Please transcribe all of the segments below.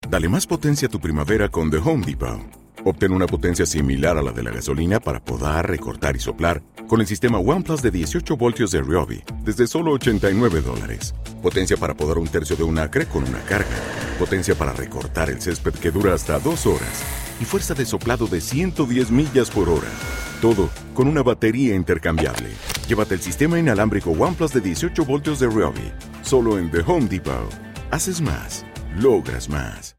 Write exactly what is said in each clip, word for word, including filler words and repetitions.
Dale más potencia a tu primavera con The Home Depot. Obtén una potencia similar a la de la gasolina para podar, recortar y soplar con el sistema OnePlus de dieciocho voltios de Ryobi desde solo ochenta y nueve dólares. Potencia para podar un tercio de un acre con una carga. Potencia para recortar el césped que dura hasta dos horas. Y fuerza de soplado de ciento diez millas por hora. Todo con una batería intercambiable. Llévate el sistema inalámbrico OnePlus de dieciocho voltios de Ryobi. Solo en The Home Depot. Haces más. Logras más.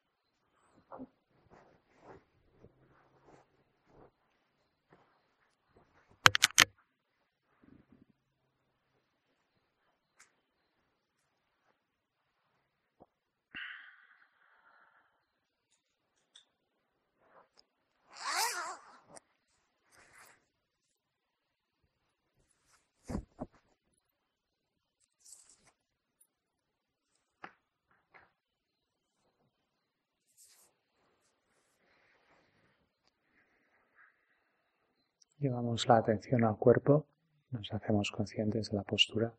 Llevamos la atención al cuerpo, nos hacemos conscientes de la postura.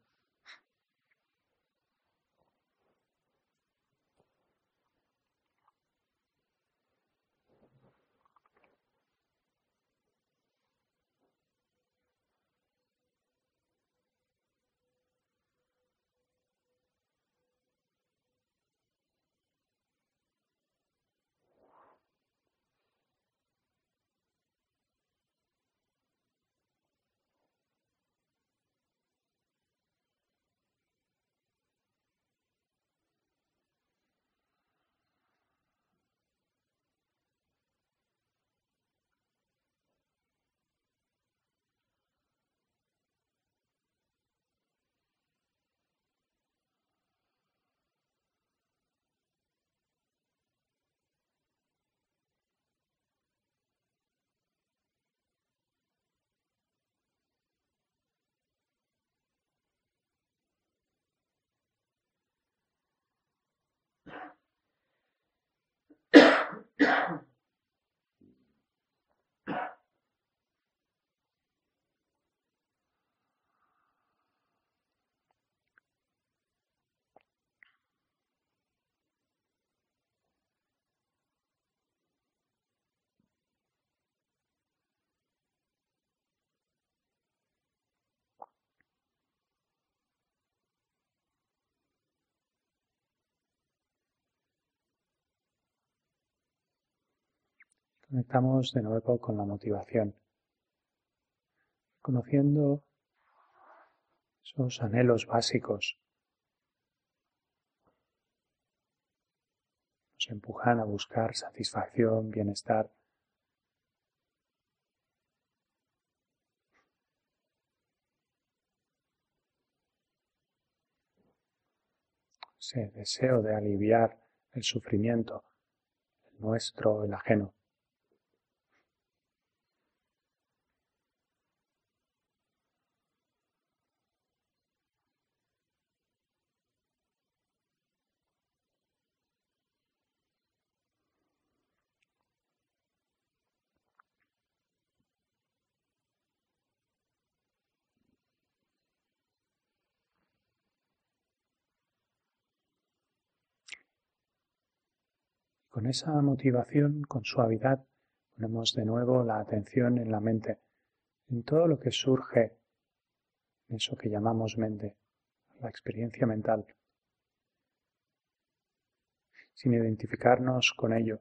Conectamos de nuevo con la motivación, conociendo esos anhelos básicos. Nos empujan a buscar satisfacción, bienestar. Ese deseo de aliviar el sufrimiento, el nuestro, el ajeno. Con esa motivación, con suavidad, ponemos de nuevo la atención en la mente, en todo lo que surge, en eso que llamamos mente, la experiencia mental, sin identificarnos con ello,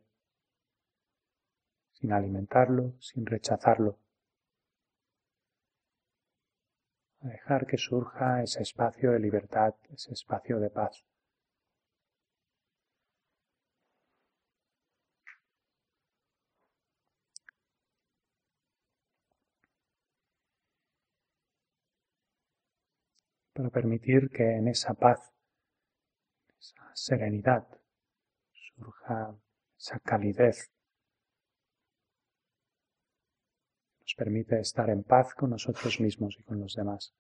sin alimentarlo, sin rechazarlo. A dejar que surja ese espacio de libertad, ese espacio de paz. Para permitir que en esa paz, esa serenidad, surja esa calidez. Nos permite estar en paz con nosotros mismos y con los demás.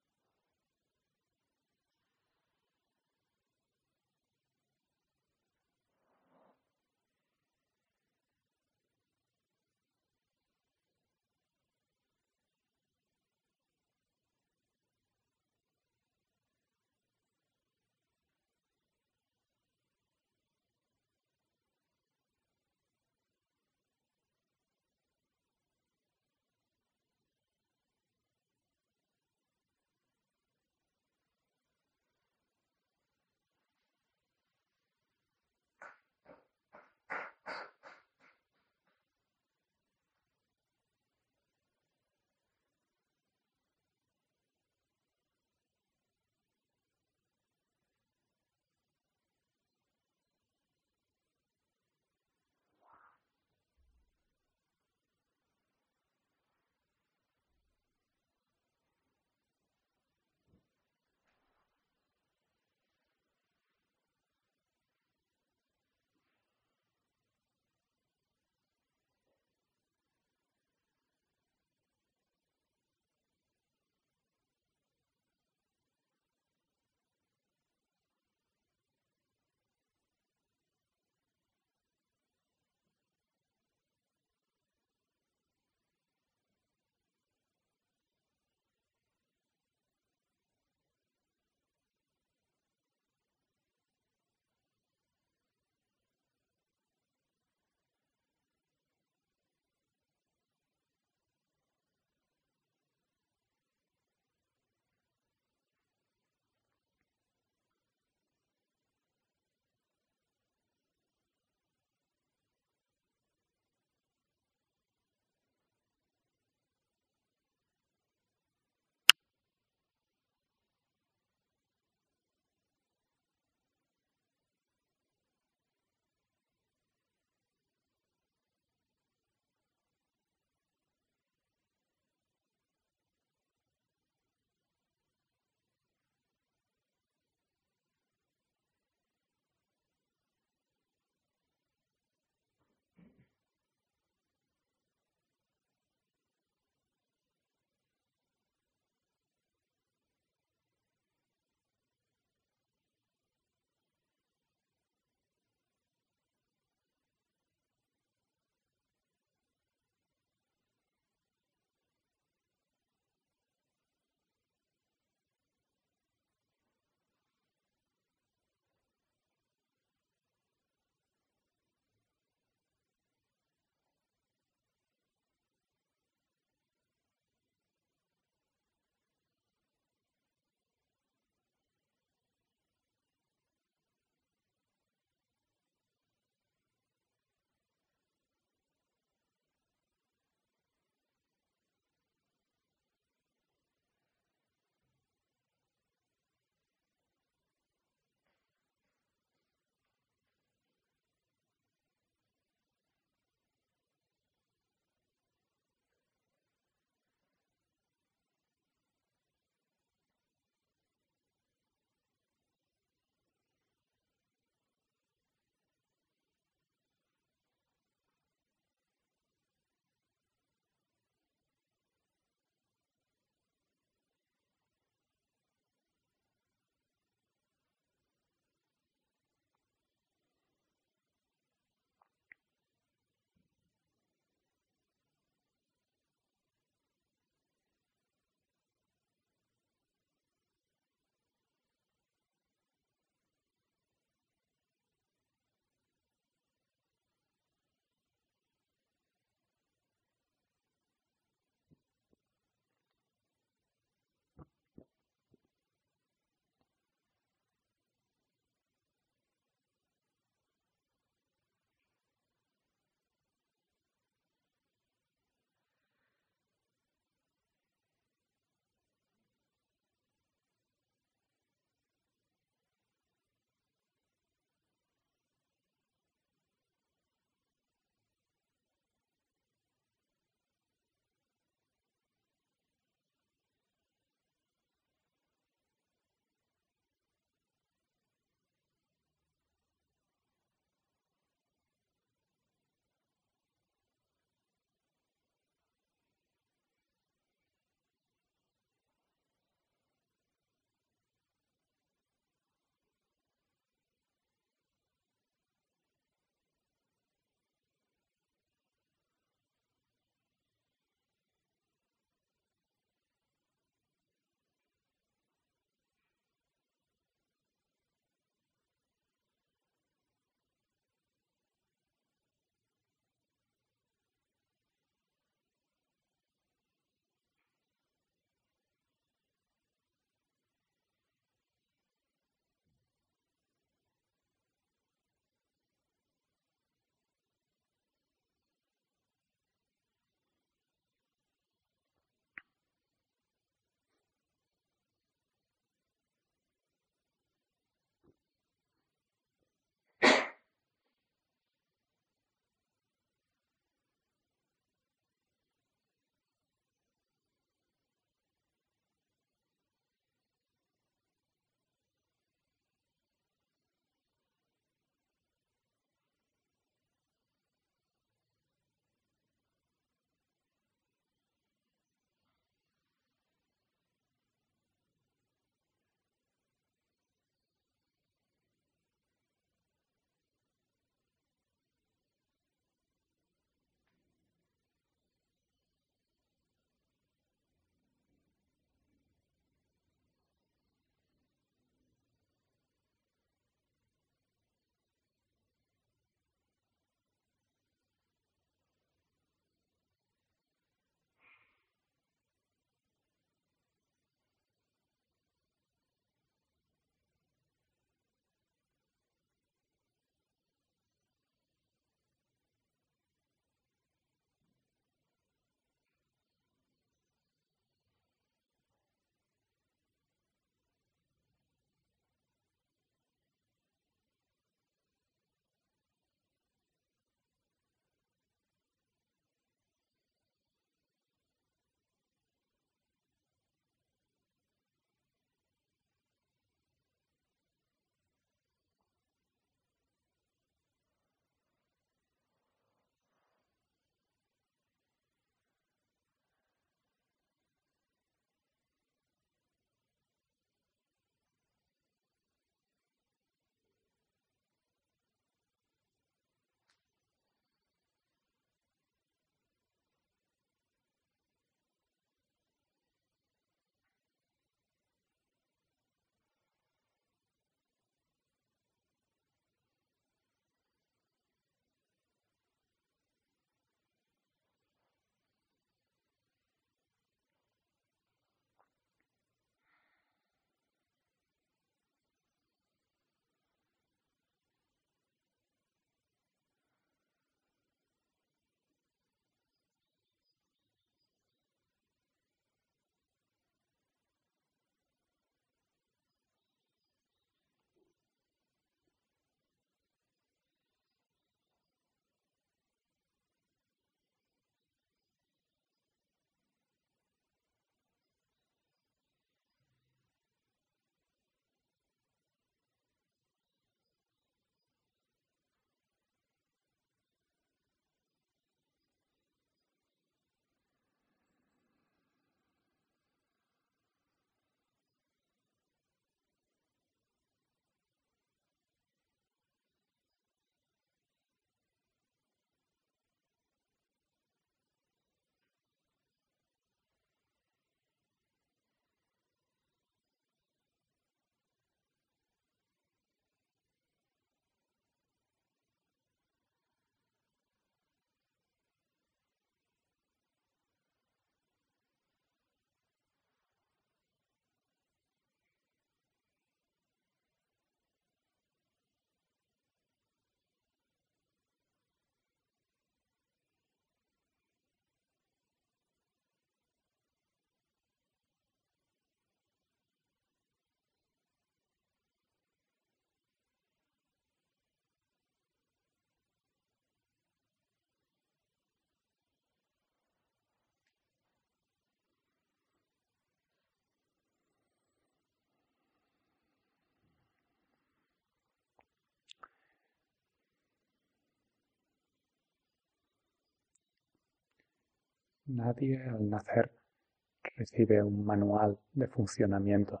Nadie al nacer recibe un manual de funcionamiento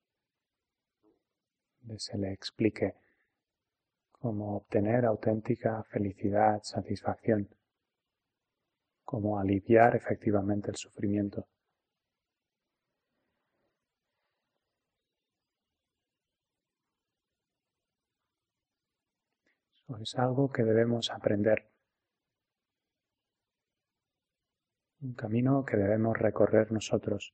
donde se le explique cómo obtener auténtica felicidad, satisfacción, cómo aliviar efectivamente el sufrimiento. Eso es algo que debemos aprender, un camino que debemos recorrer nosotros.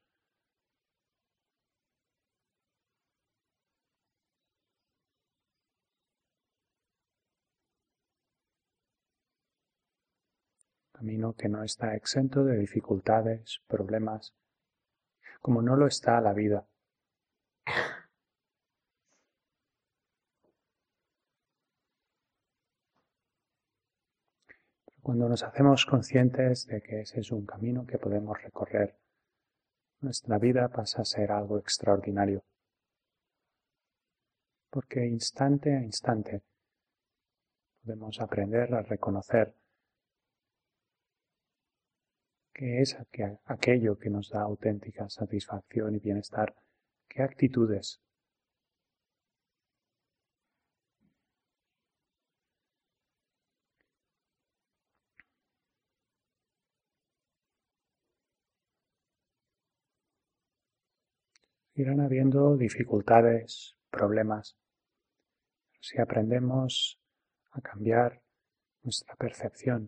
Camino que no está exento de dificultades, problemas, como no lo está la vida. Pero cuando nos hacemos conscientes de que ese es un camino que podemos recorrer, nuestra vida pasa a ser algo extraordinario. Porque instante a instante podemos aprender a reconocer qué es aquello que nos da auténtica satisfacción y bienestar, qué actitudes. Irán habiendo dificultades, problemas, pero si aprendemos a cambiar nuestra percepción,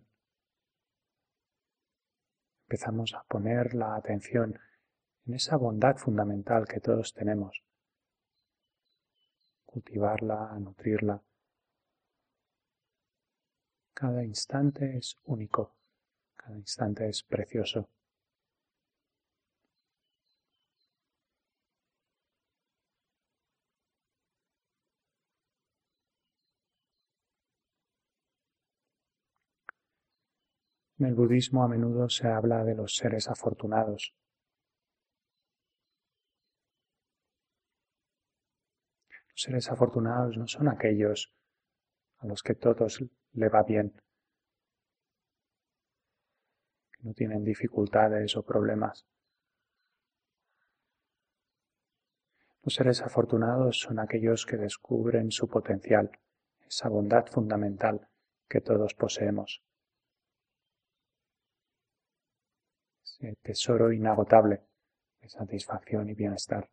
empezamos a poner la atención en esa bondad fundamental que todos tenemos, cultivarla, nutrirla. Cada instante es único, cada instante es precioso. En el budismo a menudo se habla de los seres afortunados. Los seres afortunados no son aquellos a los que todos le va bien, que no tienen dificultades o problemas. Los seres afortunados son aquellos que descubren su potencial, esa bondad fundamental que todos poseemos. Ese tesoro inagotable de satisfacción y bienestar.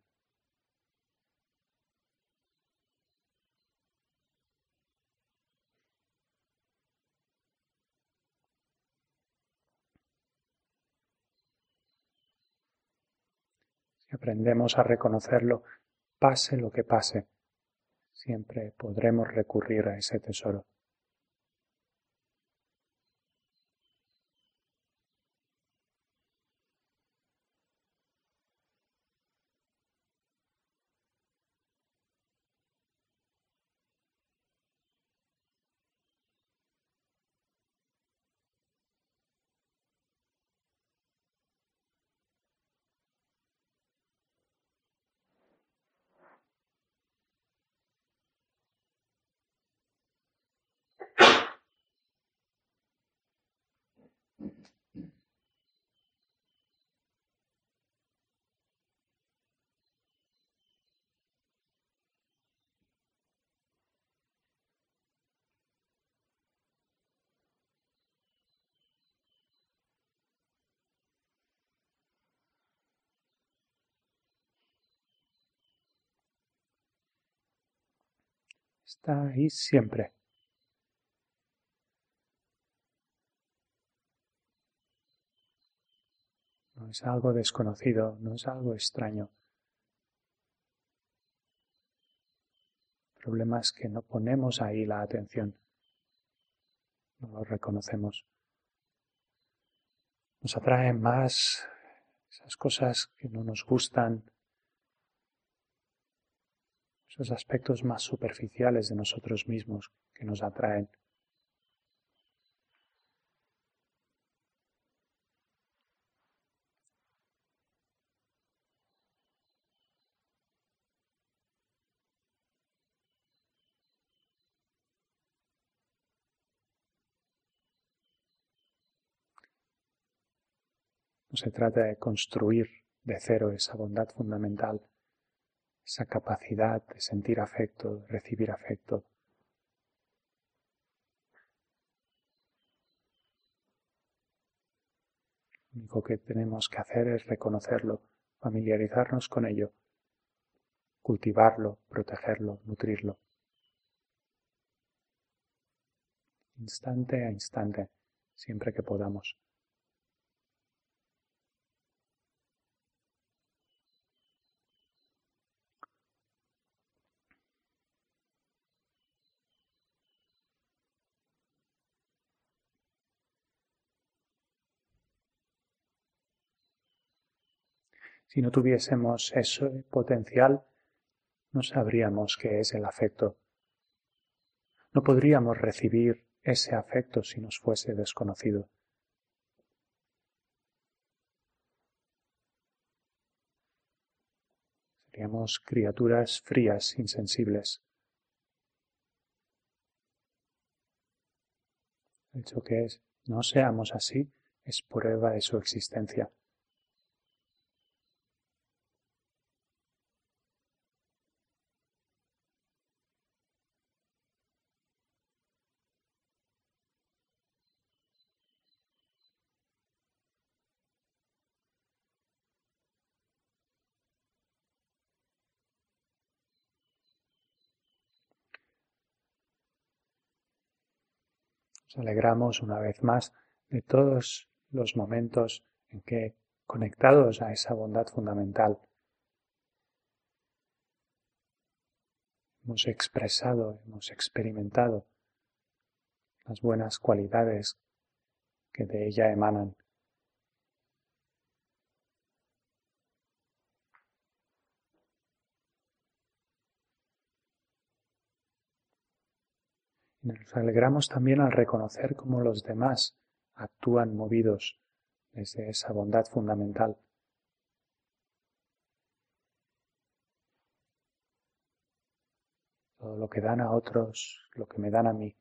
Si aprendemos a reconocerlo, pase lo que pase, siempre podremos recurrir a ese tesoro. Está ahí siempre. No es algo desconocido, no es algo extraño. El problema es que no ponemos ahí la atención, no lo reconocemos. Nos atraen más esas cosas que no nos gustan, esos aspectos más superficiales de nosotros mismos que nos atraen. No se trata de construir de cero esa bondad fundamental, esa capacidad de sentir afecto, de recibir afecto. Lo único que tenemos que hacer es reconocerlo, familiarizarnos con ello, cultivarlo, protegerlo, nutrirlo. Instante a instante, siempre que podamos. Si no tuviésemos ese potencial, no sabríamos qué es el afecto. No podríamos recibir ese afecto si nos fuese desconocido. Seríamos criaturas frías, insensibles. El hecho que es, no seamos así es prueba de su existencia. Nos alegramos una vez más de todos los momentos en que, conectados a esa bondad fundamental, hemos expresado, hemos experimentado las buenas cualidades que de ella emanan. Y nos alegramos también al reconocer cómo los demás actúan movidos desde esa bondad fundamental. Todo lo que dan a otros, lo que me dan a mí.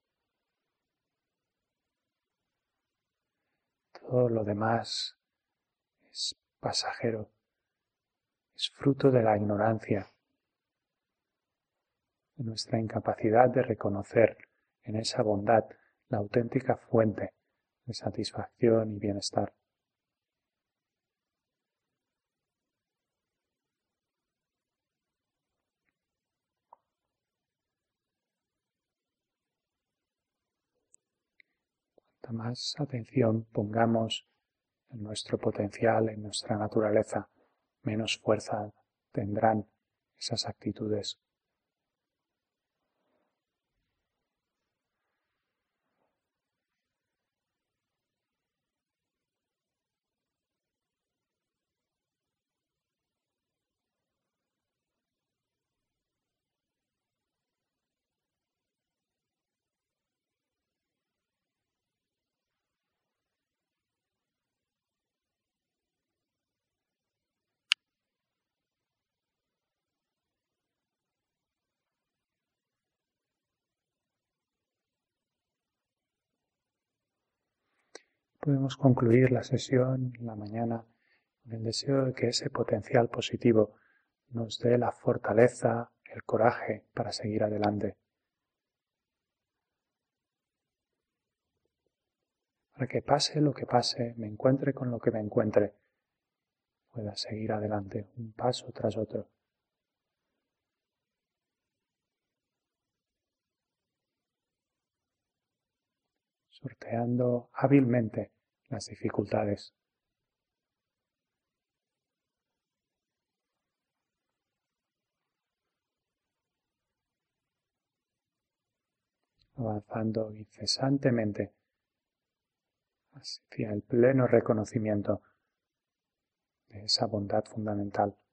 Todo lo demás es pasajero, es fruto de la ignorancia, de nuestra incapacidad de reconocer en esa bondad la auténtica fuente de satisfacción y bienestar. Cuanta más atención pongamos en nuestro potencial, en nuestra naturaleza, menos fuerza tendrán esas actitudes. Podemos concluir la sesión en la mañana con el deseo de que ese potencial positivo nos dé la fortaleza, el coraje para seguir adelante. Para que pase lo que pase, me encuentre con lo que me encuentre, pueda seguir adelante, un paso tras otro. Sorteando hábilmente las dificultades. Avanzando incesantemente hacia el pleno reconocimiento de esa bondad fundamental.